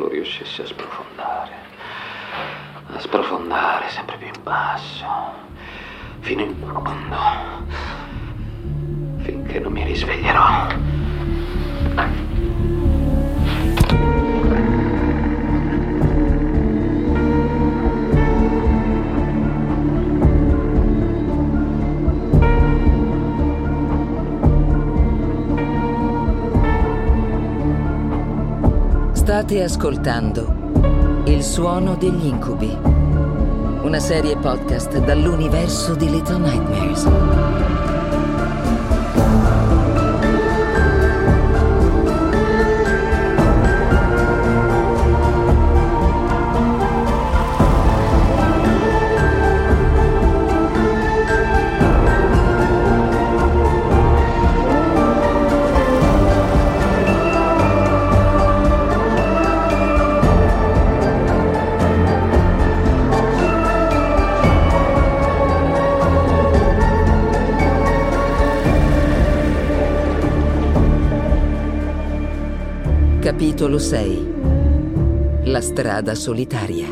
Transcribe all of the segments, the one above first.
solo riuscissi a sprofondare sempre più in basso, fino in fondo, finché non mi risveglierò. State ascoltando Il suono degli incubi, una serie podcast dall'universo di Little Nightmares. Capitolo 6. La strada solitaria.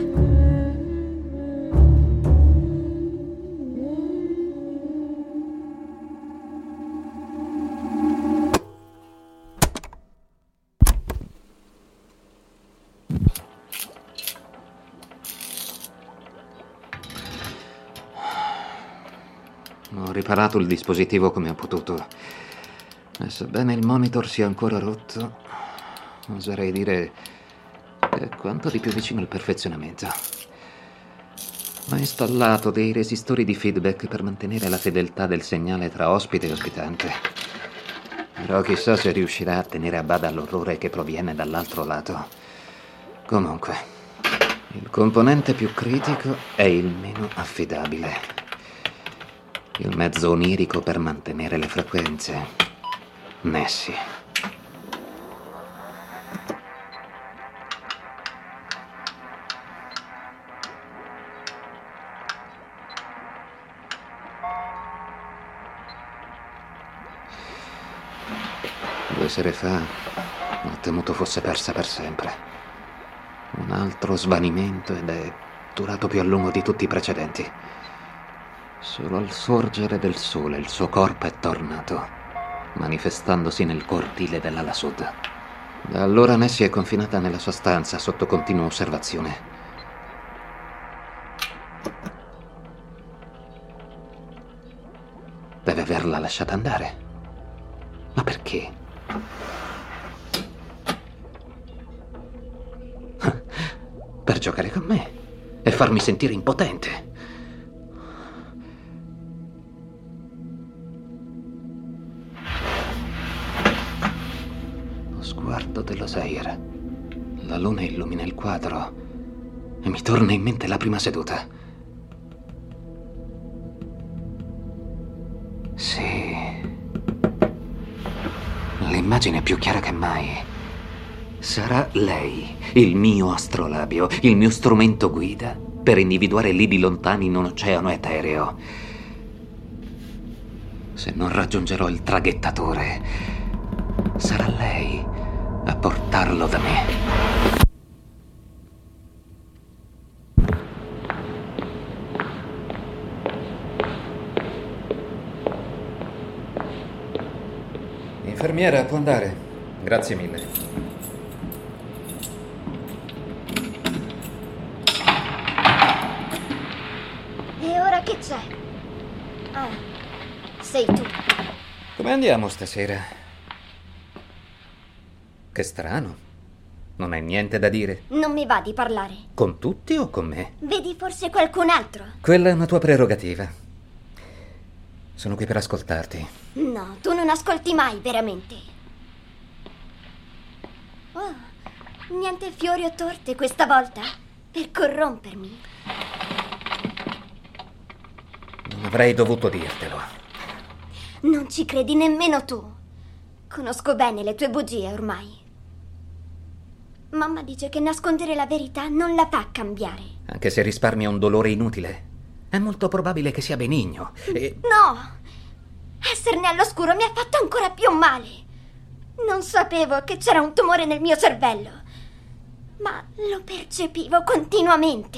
Ho riparato il dispositivo come ho potuto. E sebbene il monitor sia ancora rotto, oserei dire che è quanto di più vicino al perfezionamento. Ho installato dei resistori di feedback per mantenere la fedeltà del segnale tra ospite e ospitante. Però chissà se riuscirà a tenere a bada l'orrore che proviene dall'altro lato. Comunque, il componente più critico è il meno affidabile. Il mezzo onirico per mantenere le frequenze. Nessi. Due sere fa ho temuto fosse persa per sempre. Un altro svanimento ed è durato più a lungo di tutti i precedenti. Solo al sorgere del sole il suo corpo è tornato, manifestandosi nel cortile dell'ala sud. Da allora Nessie è confinata nella sua stanza sotto continua osservazione. Deve averla lasciata andare. Ma perché? Per giocare con me e farmi sentire impotente. Lo sguardo dell'Osair. La luna illumina il quadro e mi torna in mente la prima seduta. Sì. L'immagine è più chiara che mai. Sarà lei, il mio astrolabio, il mio strumento guida per individuare lidi lontani in un oceano etereo. Se non raggiungerò il traghettatore, sarà lei a portarlo da me. Infermiera, può andare. Grazie mille. E ora che c'è? Ah, sei tu. Come andiamo stasera? Che strano. Non hai niente da dire? Non mi va di parlare. Con tutti o con me? Vedi forse qualcun altro? Quella è una tua prerogativa. Sono qui per ascoltarti. No, tu non ascolti mai, veramente. Oh, niente fiori o torte questa volta? Per corrompermi. Non avrei dovuto dirtelo. Non ci credi nemmeno tu. Conosco bene le tue bugie ormai. Mamma dice che nascondere la verità non la fa cambiare. Anche se risparmia un dolore inutile, è molto probabile che sia benigno. No! Esserne all'oscuro mi ha fatto ancora più male. Non sapevo che c'era un tumore nel mio cervello. ma lo percepivo continuamente.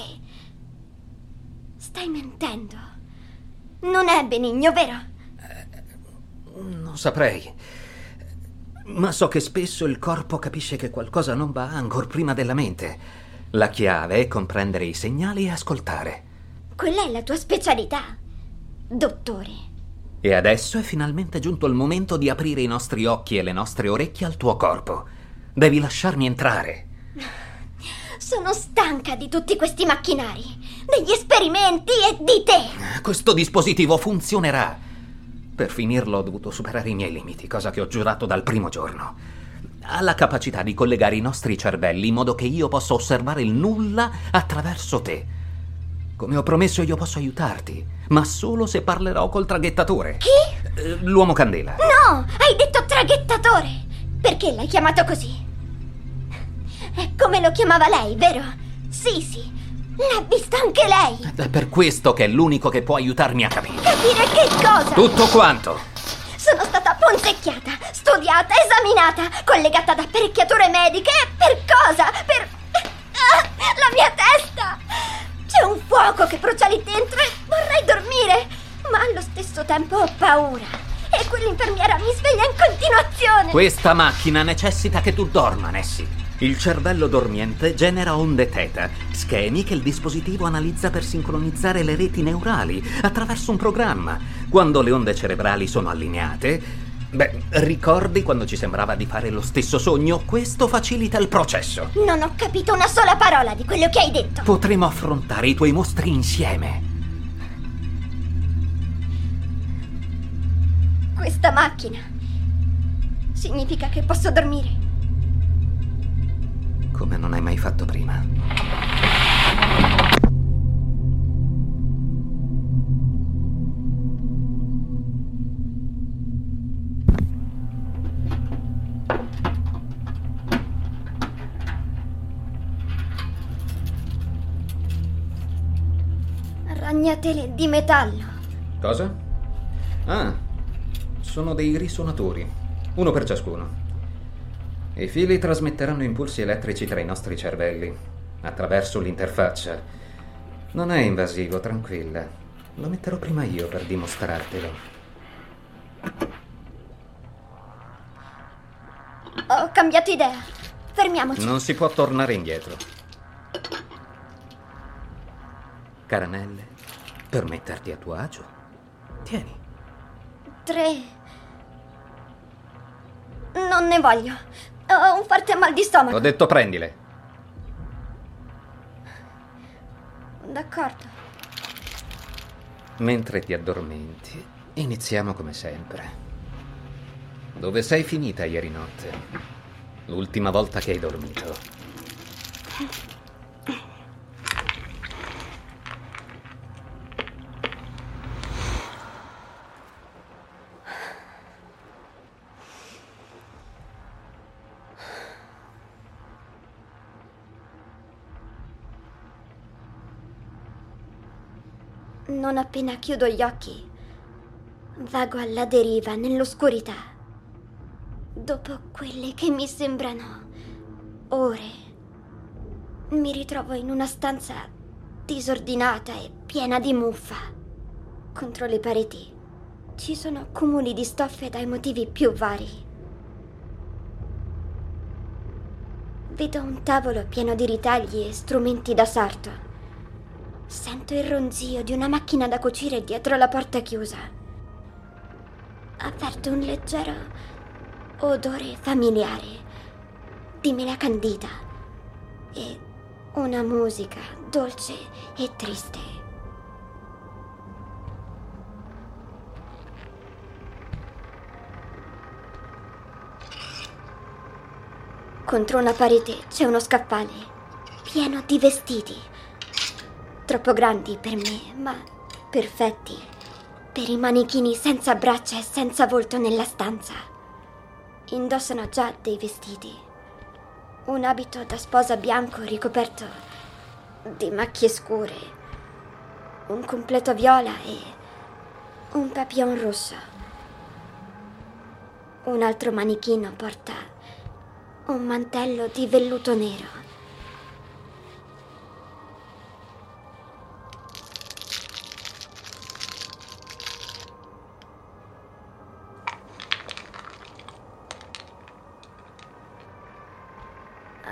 Stai mentendo. Non è benigno, vero? Non saprei. Ma so che spesso il corpo capisce che qualcosa non va ancor prima della mente. La chiave è comprendere i segnali e ascoltare. Quella è la tua specialità, dottore. E adesso è finalmente giunto il momento di aprire i nostri occhi e le nostre orecchie al tuo corpo. Devi lasciarmi entrare. Sono stanca di tutti questi macchinari, degli esperimenti e di te. Questo dispositivo funzionerà. Per finirlo ho dovuto superare i miei limiti, cosa che ho giurato dal primo giorno. Ha la capacità di collegare i nostri cervelli in modo che io possa osservare il nulla attraverso te. Come ho promesso, io posso aiutarti, ma solo se parlerò col traghettatore. Chi? L'uomo candela. No, hai detto traghettatore. Perché l'hai chiamato così? È come lo chiamava lei, vero? Sì, l'ha visto anche lei. È per questo che è l'unico che può aiutarmi a capire. Capire che cosa? Tutto quanto. Sono stata ponzecchiata, studiata, esaminata, collegata ad apparecchiature mediche. Per cosa? Per... la mia testa! C'è un fuoco che brucia lì dentro e vorrei dormire, ma allo stesso tempo ho paura. E quell'infermiera mi sveglia in continuazione. Questa macchina necessita che tu dorma, Nessie. Il cervello dormiente genera onde theta, schemi che il dispositivo analizza per sincronizzare le reti neurali attraverso un programma. Quando le onde cerebrali sono allineate, ricordi quando ci sembrava di fare lo stesso sogno? Questo facilita il processo. Non ho capito una sola parola di quello che hai detto. Potremo affrontare i tuoi mostri insieme. Questa macchina significa che posso dormire. Come non hai mai fatto prima. Ragnatele di metallo. Cosa? Ah, sono dei risuonatori, uno per ciascuno. I fili trasmetteranno impulsi elettrici tra i nostri cervelli, attraverso l'interfaccia. Non è invasivo, tranquilla. Lo metterò prima io per dimostrartelo. Ho cambiato idea. Fermiamoci. Non si può tornare indietro. Caramelle, per metterti a tuo agio. Tieni. 3. Non ne voglio. Ho un forte mal di stomaco. Ho detto prendile. D'accordo. Mentre ti addormenti, iniziamo come sempre. Dove sei finita ieri notte? L'ultima volta che hai dormito? Non appena chiudo gli occhi, vago alla deriva nell'oscurità. Dopo quelle che mi sembrano ore, mi ritrovo in una stanza disordinata e piena di muffa. Contro le pareti ci sono cumuli di stoffe dai motivi più vari. Vedo un tavolo pieno di ritagli e strumenti da sarto. Sento il ronzio di una macchina da cucire dietro la porta chiusa. Avverto un leggero odore familiare di mela candita e una musica dolce e triste. Contro una parete c'è uno scaffale pieno di vestiti. Troppo grandi per me, ma perfetti per i manichini senza braccia e senza volto nella stanza. Indossano già dei vestiti. Un abito da sposa bianco ricoperto di macchie scure, un completo viola e un papillon rosso. Un altro manichino porta un mantello di velluto nero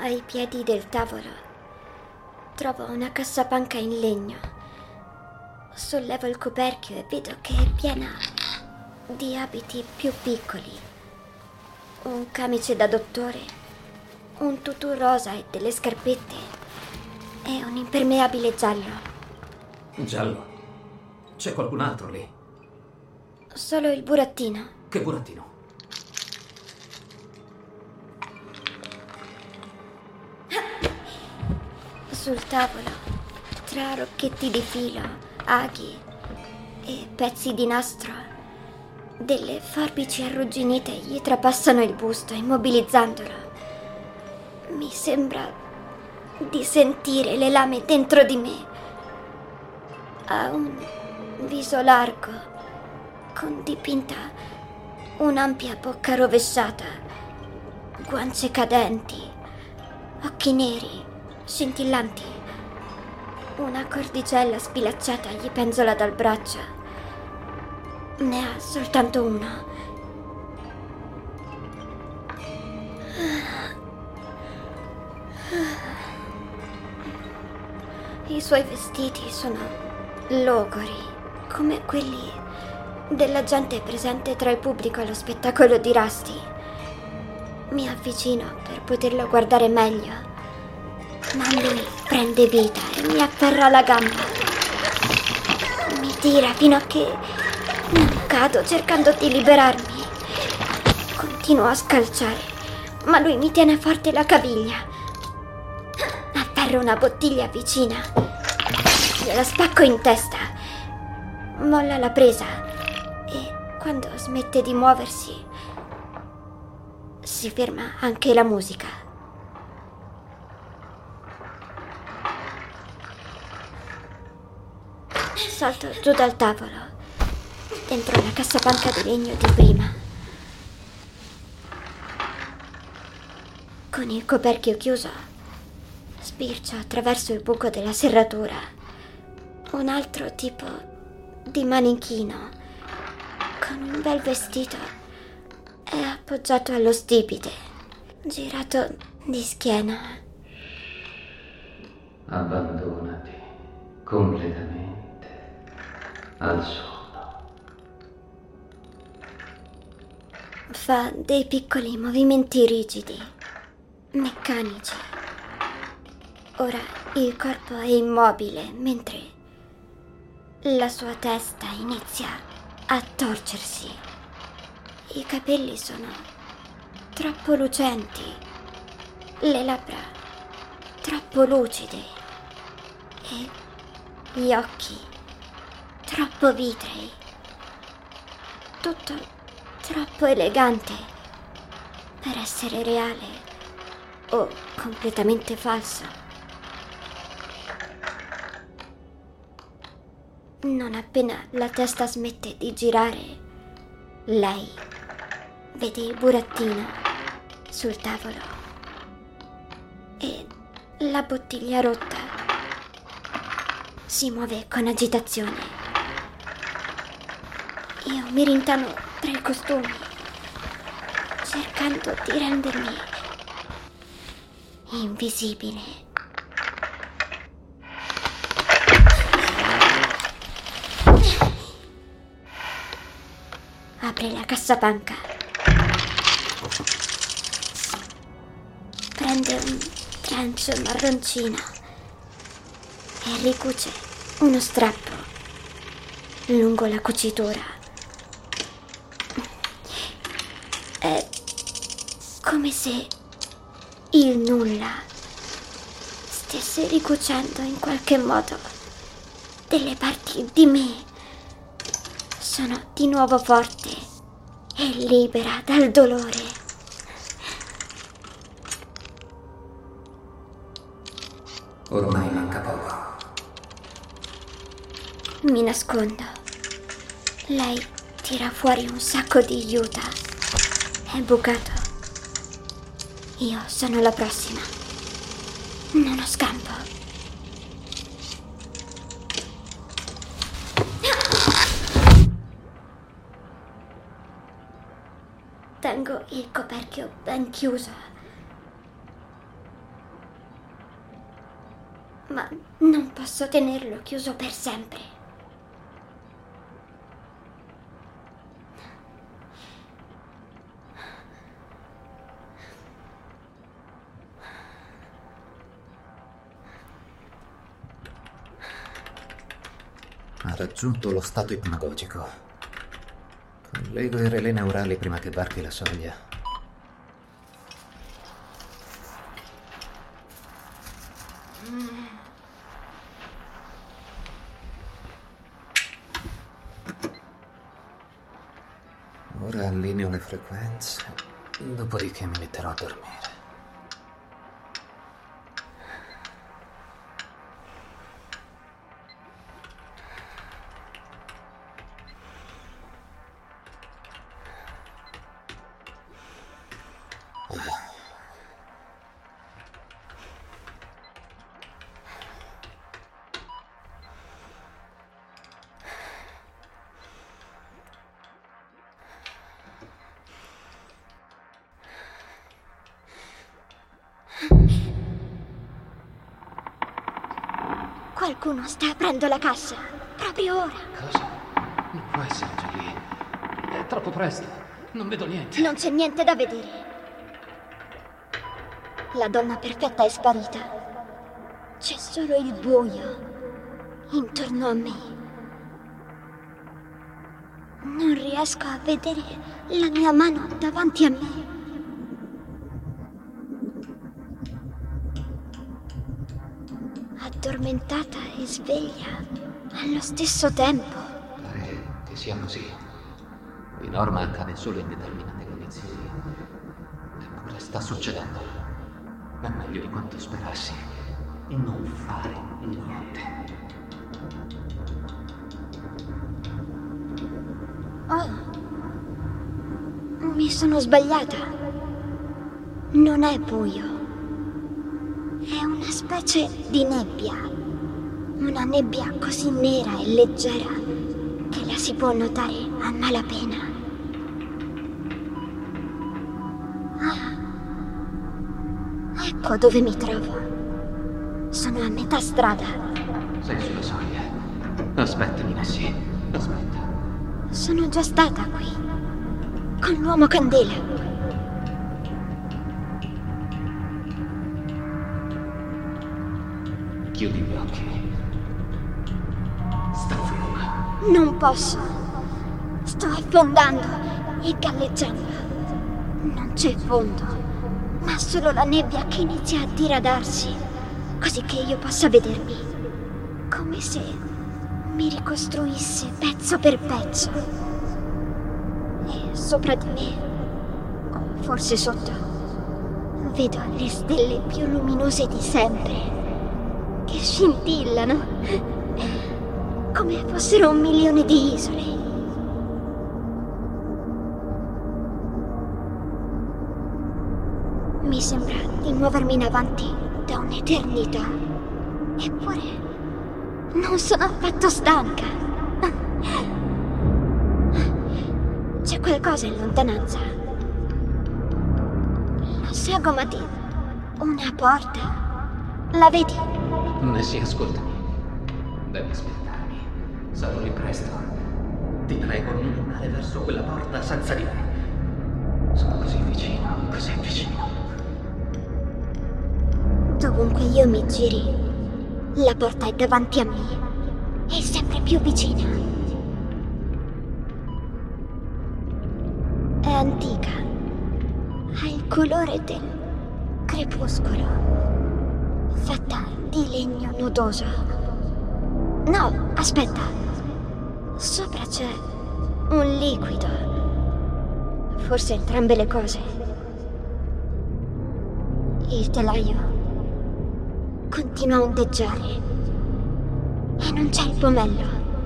Ai piedi del tavolo trovo una cassapanca in legno. Sollevo il coperchio e vedo che è piena di abiti più piccoli. Un camice da dottore, un tutù rosa e delle scarpette e un impermeabile giallo. Giallo? C'è qualcun altro lì? Solo il burattino. Che burattino? Sul tavolo, tra rocchetti di filo, aghi e pezzi di nastro, delle forbici arrugginite gli trapassano il busto, immobilizzandolo. Mi sembra di sentire le lame dentro di me. Ha un viso largo, con dipinta un'ampia bocca rovesciata, guance cadenti, occhi neri, scintillanti. Una cordicella spilacciata gli penzola dal braccio. Ne ha soltanto uno. I suoi vestiti sono logori, come quelli della gente presente tra il pubblico allo spettacolo di Rusty. Mi avvicino per poterlo guardare meglio, ma lui prende vita e mi afferra la gamba. Mi tira fino a che non cado cercando di liberarmi. Continuo a scalciare, ma lui mi tiene forte la caviglia. Afferro una bottiglia vicina, gliela spacco in testa. Molla la presa e quando smette di muoversi si ferma anche la musica. Salto giù dal tavolo, dentro la cassapanca di legno di prima. Con il coperchio chiuso, sbircio attraverso il buco della serratura un altro tipo di manichino, con un bel vestito e appoggiato allo stipite, girato di schiena. Abbandonati completamente al sonno. Fa dei piccoli movimenti rigidi, meccanici. Ora il corpo è immobile, mentre la sua testa inizia a torcersi. I capelli sono troppo lucenti, le labbra troppo lucide e gli occhi troppo vitrei. Tutto troppo elegante per essere reale o completamente falso. Non appena la testa smette di girare, lei vede il burattino sul tavolo e la bottiglia rotta. Si muove con agitazione. Io mi rintano tra i costumi, cercando di rendermi invisibile. Apre la cassapanca. Prende un trench marroncino e ricuce uno strappo lungo la cucitura. È come se il nulla stesse ricucendo in qualche modo delle parti di me. Sono di nuovo forte e libera dal dolore. Ormai manca poco. Mi nascondo. Lei tira fuori un sacco di juta. È bucato. Io sono la prossima. Non ho scampo. Tengo il coperchio ben chiuso. ma non posso tenerlo chiuso per sempre. Ha raggiunto lo stato ipnagogico. Collego i relè neurali prima che varchi la soglia. Ora allineo le frequenze, dopodiché mi metterò a dormire. Qualcuno sta aprendo la cassa, proprio ora. Cosa? Non può essere già lì. È troppo presto. Non vedo niente. Non c'è niente da vedere. La donna perfetta è sparita. C'è solo il buio intorno a me. Non riesco a vedere la mia mano davanti a me. Addormentata e sveglia allo stesso tempo. Pare che sia così. Di norma accade solo in determinate condizioni. Eppure sta succedendo. È meglio di quanto sperassi. Non fare niente. Oh, mi sono sbagliata. Non è buio. È una specie di nebbia. Una nebbia così nera e leggera che la si può notare a malapena. Ah, ecco dove mi trovo. Sono a metà strada. Sei sulla soglia. Aspettami, Nessie. Aspetta. Sono già stata qui, con l'uomo candela. Chiudi gli occhi. Sta ferma. Non posso. Sto affondando e galleggiando. Non c'è fondo, ma solo la nebbia che inizia a diradarsi, così che io possa vedermi. Come se mi ricostruisse pezzo per pezzo. E sopra di me, o forse sotto, vedo le stelle più luminose di sempre, che scintillano come fossero 1.000.000 di isole. Mi sembra di muovermi in avanti da un'eternità, eppure non sono affatto stanca. C'è qualcosa in lontananza. La sagoma di una porta. La vedi? Nessie, ascoltami. Devi aspettarmi. Sarò lì presto. Ti prego, non andare verso quella porta senza di me. Sono così vicino, così vicino. Dovunque io mi giri, la porta è davanti a me. È sempre più vicina. È antica. Ha il colore del crepuscolo. Fatta di legno nodoso. No, aspetta. Sopra c'è un liquido. Forse entrambe le cose. Il telaio continua a ondeggiare. E non c'è il pomello.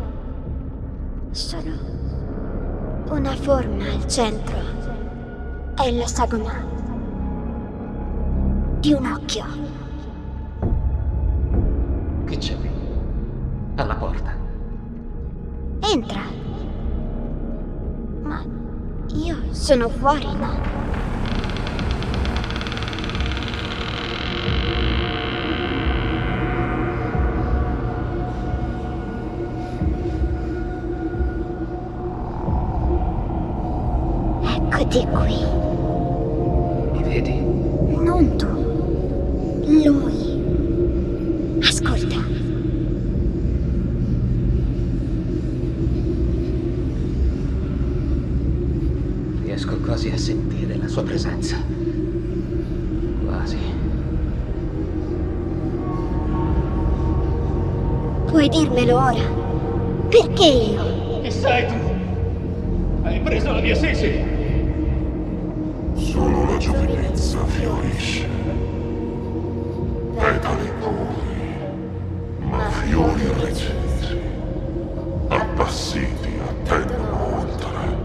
Solo una forma al centro. È la sagoma di un occhio. Che c'è qui? Alla porta. Entra. Ma io sono fuori, no? Mettiti qui. Mi vedi? Non tu. Lui. Ascolta. Riesco quasi a sentire la sua presenza. Quasi. Puoi dirmelo ora? Perché io? Chi sei tu? Hai preso la mia Sisi? Solo la giovinezza fiorisce. Petali puri, ma fiori recisi, appassiti attendono oltre.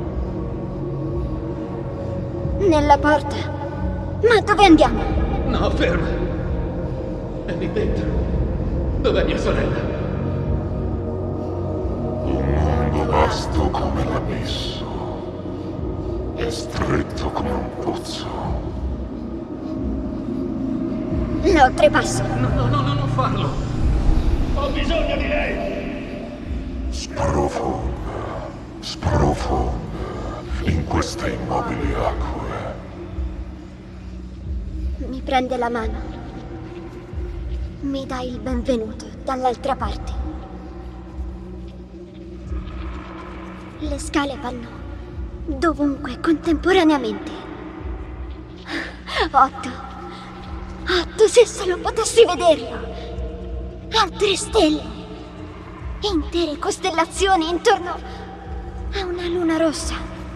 Nella porta. Ma dove andiamo? No, ferma. È lì dentro. Dov'è mia sorella? Un mondo vasto come l'abisso e stretto come un pozzo. La oltrepasso. No, non farlo. Ho bisogno di lei. Sprofonda, sprofonda in queste immobili acque. Mi prende la mano. Mi dà il benvenuto dall'altra parte. Le scale vanno dovunque contemporaneamente. 8. 8, se solo potessi vederlo. Altre stelle. Intere costellazioni intorno a una luna rossa.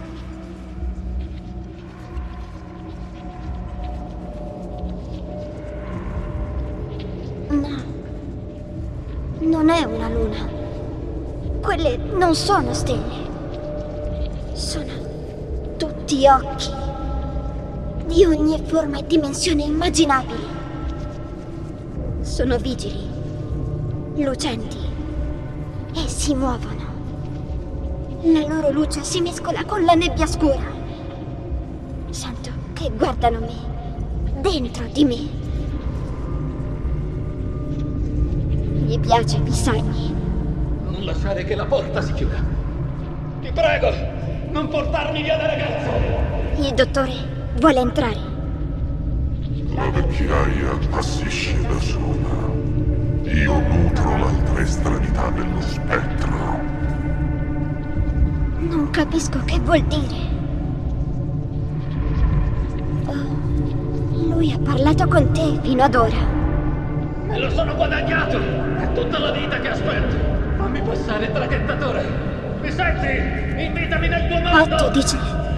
No, non è una luna. Quelle non sono stelle. Sono tutti occhi di ogni forma e dimensione immaginabili. Sono vigili, lucenti e si muovono. La loro luce si mescola con la nebbia scura. Sento che guardano me, dentro di me. Gli piace fissarmi. Non lasciare che la porta si chiuda. Ti prego, non portarmi via la ragazza. Il dottore vuole entrare. La vecchiaia appassisce da sola. Io nutro l'altra estremità dello spettro. Non capisco che vuol dire. Oh, lui ha parlato con te fino ad ora. Me lo sono guadagnato. È tutta la vita che aspetto. Fammi passare, traghettatore. Mi senti? Invitami nel tuo mondo. 8 dice.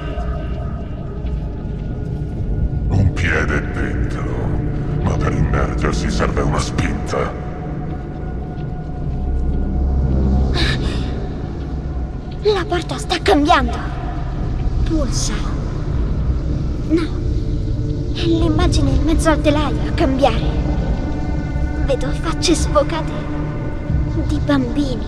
Un piede è dentro, ma per immergersi serve una spinta. La porta sta cambiando. Pulsa. No. È l'immagine in mezzo al telaio a cambiare. Vedo facce sfocate di bambini.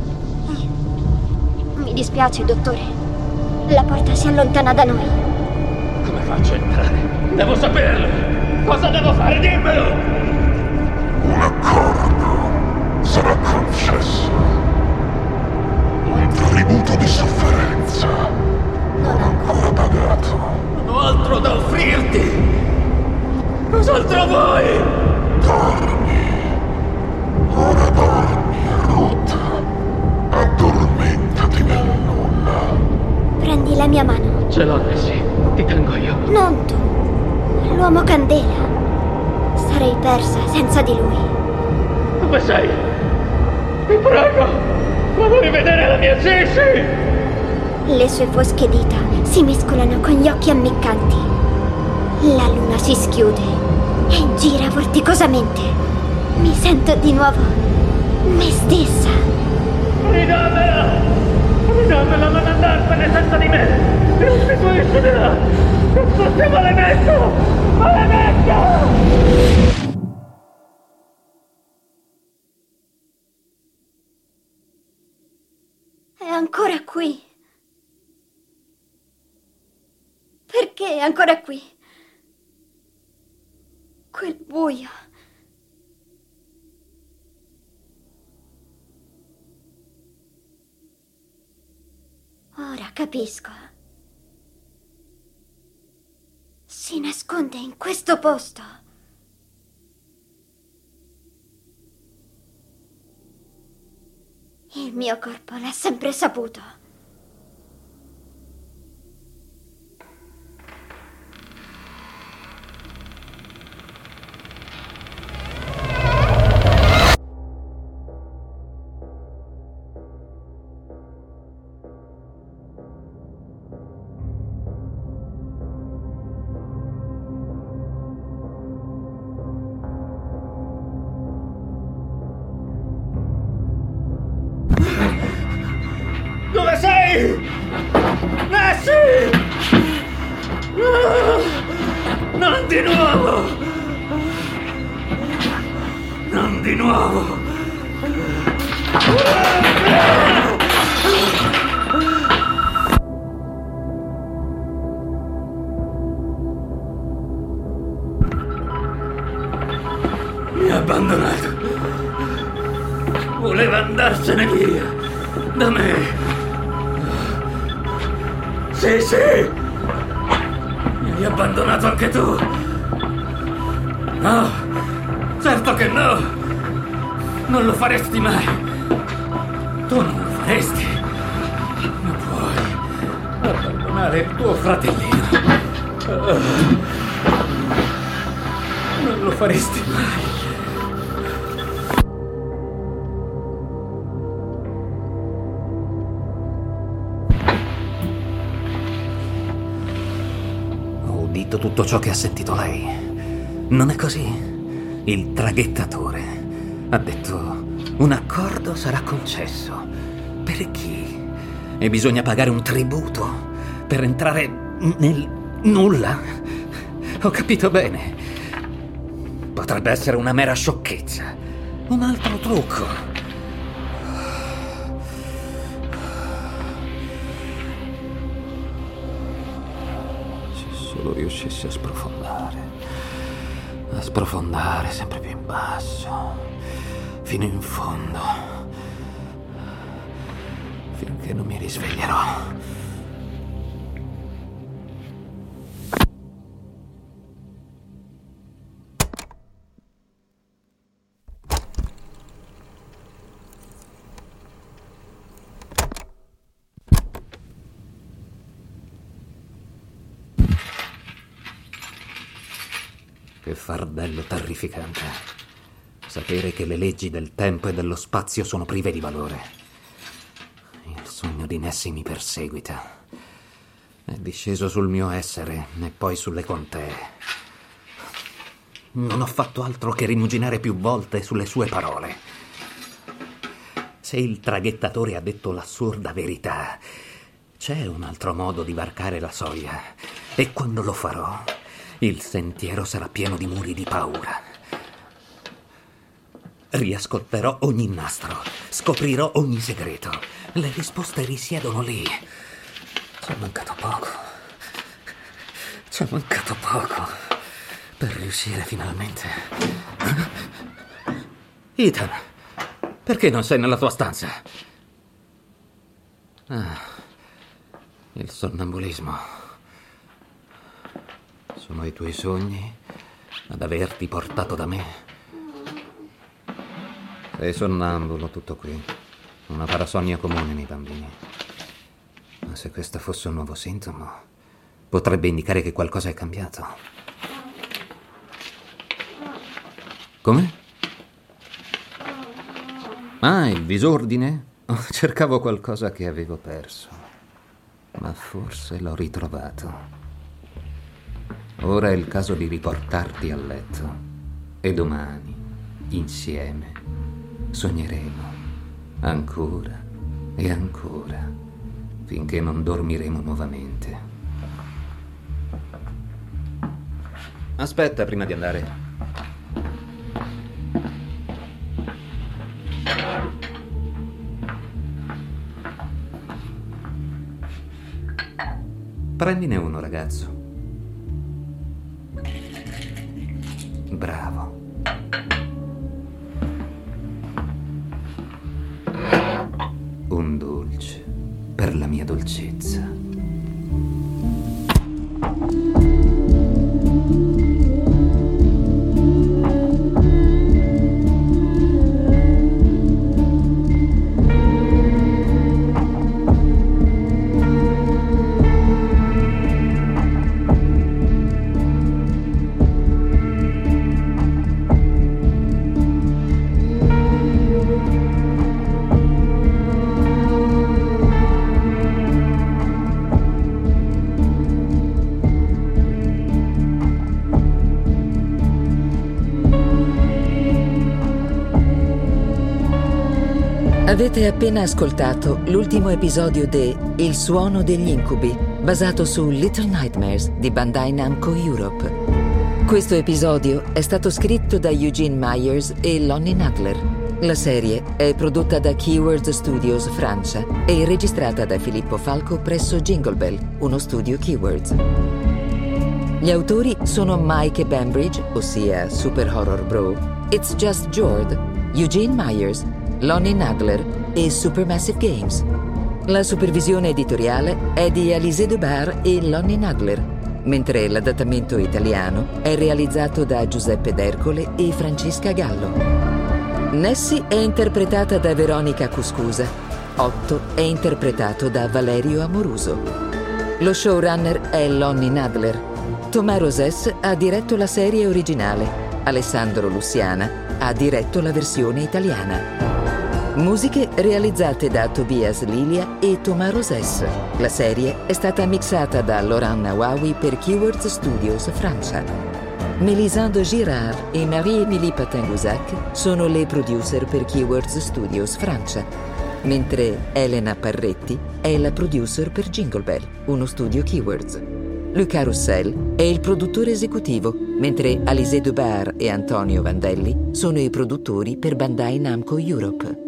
Mi dispiace, dottore. La porta si allontana da noi. Come faccio a entrare? Devo saperlo. Cosa devo fare? Dimmelo. Un accordo sarà concesso. Un tributo di sofferenza non ancora pagato. Non ho altro da offrirti. Cos'altro vuoi? Dormi. Ora dormi, Ruth. Addormentati nel nulla. Prendi la mia mano. Ce l'ho, Nessie. Ti tengo io. Non tu. L'uomo candela. Sarei persa senza di lui. Dove sei? Ti prego. Voglio rivedere la mia Sisi. Le sue fosche dita si mescolano con gli occhi ammiccanti. La luna si schiude e gira vorticosamente. Mi sento di nuovo me stessa. Ridammela! Ridammela, non andartene senza di me! Restituiscimela! Non fosse maledetto! Maledetto! È ancora qui. Perché è ancora qui? Quel buio. Ora capisco. Si nasconde in questo posto. Il mio corpo l'ha sempre saputo. Dove sei? Lassie! Non di nuovo! Non di nuovo! Mi ha abbandonato. Voleva andarsene via da me. Sì, sì! Mi hai abbandonato anche tu! No! Certo che no! Non lo faresti mai! Tu non lo faresti! Non puoi abbandonare il tuo fratellino! Non lo faresti mai! Tutto ciò che ha sentito lei. Non è così? Il traghettatore ha detto: un accordo sarà concesso. Per chi? E bisogna pagare un tributo per entrare nel nulla? Ho capito bene. Potrebbe essere una mera sciocchezza. Un altro trucco. Riuscissi a sprofondare sempre più in basso, fino in fondo, finché non mi risveglierò. Che fardello terrificante. Sapere che le leggi del tempo e dello spazio sono prive di valore. Il sogno di Nessie mi perseguita. È disceso sul mio essere e poi sulle contee. Non ho fatto altro che rimuginare più volte sulle sue parole. Se il traghettatore ha detto l'assurda verità, c'è un altro modo di varcare la soglia. E quando lo farò, il sentiero sarà pieno di muri di paura. Riascolterò ogni nastro, scoprirò ogni segreto. Le risposte risiedono lì. C'è mancato poco per riuscire finalmente. Ethan, perché non sei nella tua stanza? Il sonnambulismo. Sono i tuoi sogni ad averti portato da me. Sei sonnambulo, tutto qui. Una parasonnia comune nei bambini. Ma se questo fosse un nuovo sintomo, potrebbe indicare che qualcosa è cambiato. Come? Ah, il disordine? Cercavo qualcosa che avevo perso, ma forse l'ho ritrovato. Ora è il caso di riportarti a letto e domani, insieme, sogneremo ancora e ancora finché non dormiremo nuovamente. Aspetta prima di andare. Prendine uno, ragazzo. Bravo. Un dolce per la mia dolcezza. Avete appena ascoltato l'ultimo episodio de Il suono degli incubi, basato su Little Nightmares di Bandai Namco Europe. Questo episodio è stato scritto da Eugene Myers e Lonnie Nadler. La serie è prodotta da Keywords Studios Francia e registrata da Filippo Falco presso Jingle Bell, uno studio Keywords. Gli autori sono Mike Bambridge, ossia Super Horror Bro, It's Just Jord, Eugene Myers, Lonnie Nadler e Supermassive Games. La supervisione editoriale è di Alizé Debar e Lonnie Nadler, mentre l'adattamento italiano è realizzato da Giuseppe D'Ercole e Francesca Gallo. Nessie è interpretata da Veronica Cuscusa. Otto è interpretato da Valerio Amoruso. Lo showrunner è Lonnie Nadler. Thomas Rosès ha diretto la serie originale. Alessandro Lussiana ha diretto la versione italiana. Musiche realizzate da Tobias Lilia e Thomas Rosès. La serie è stata mixata da Laurent Nawawi per Keywords Studios Francia. Mélisande Girard e Marie-Émilie Patin-Gouzac sono le producer per Keywords Studios Francia, mentre Elena Parretti è la producer per Jingle Bell, uno studio Keywords. Luca Roussel è il produttore esecutivo, mentre Alizé Debar e Antonio Vandelli sono i produttori per Bandai Namco Europe.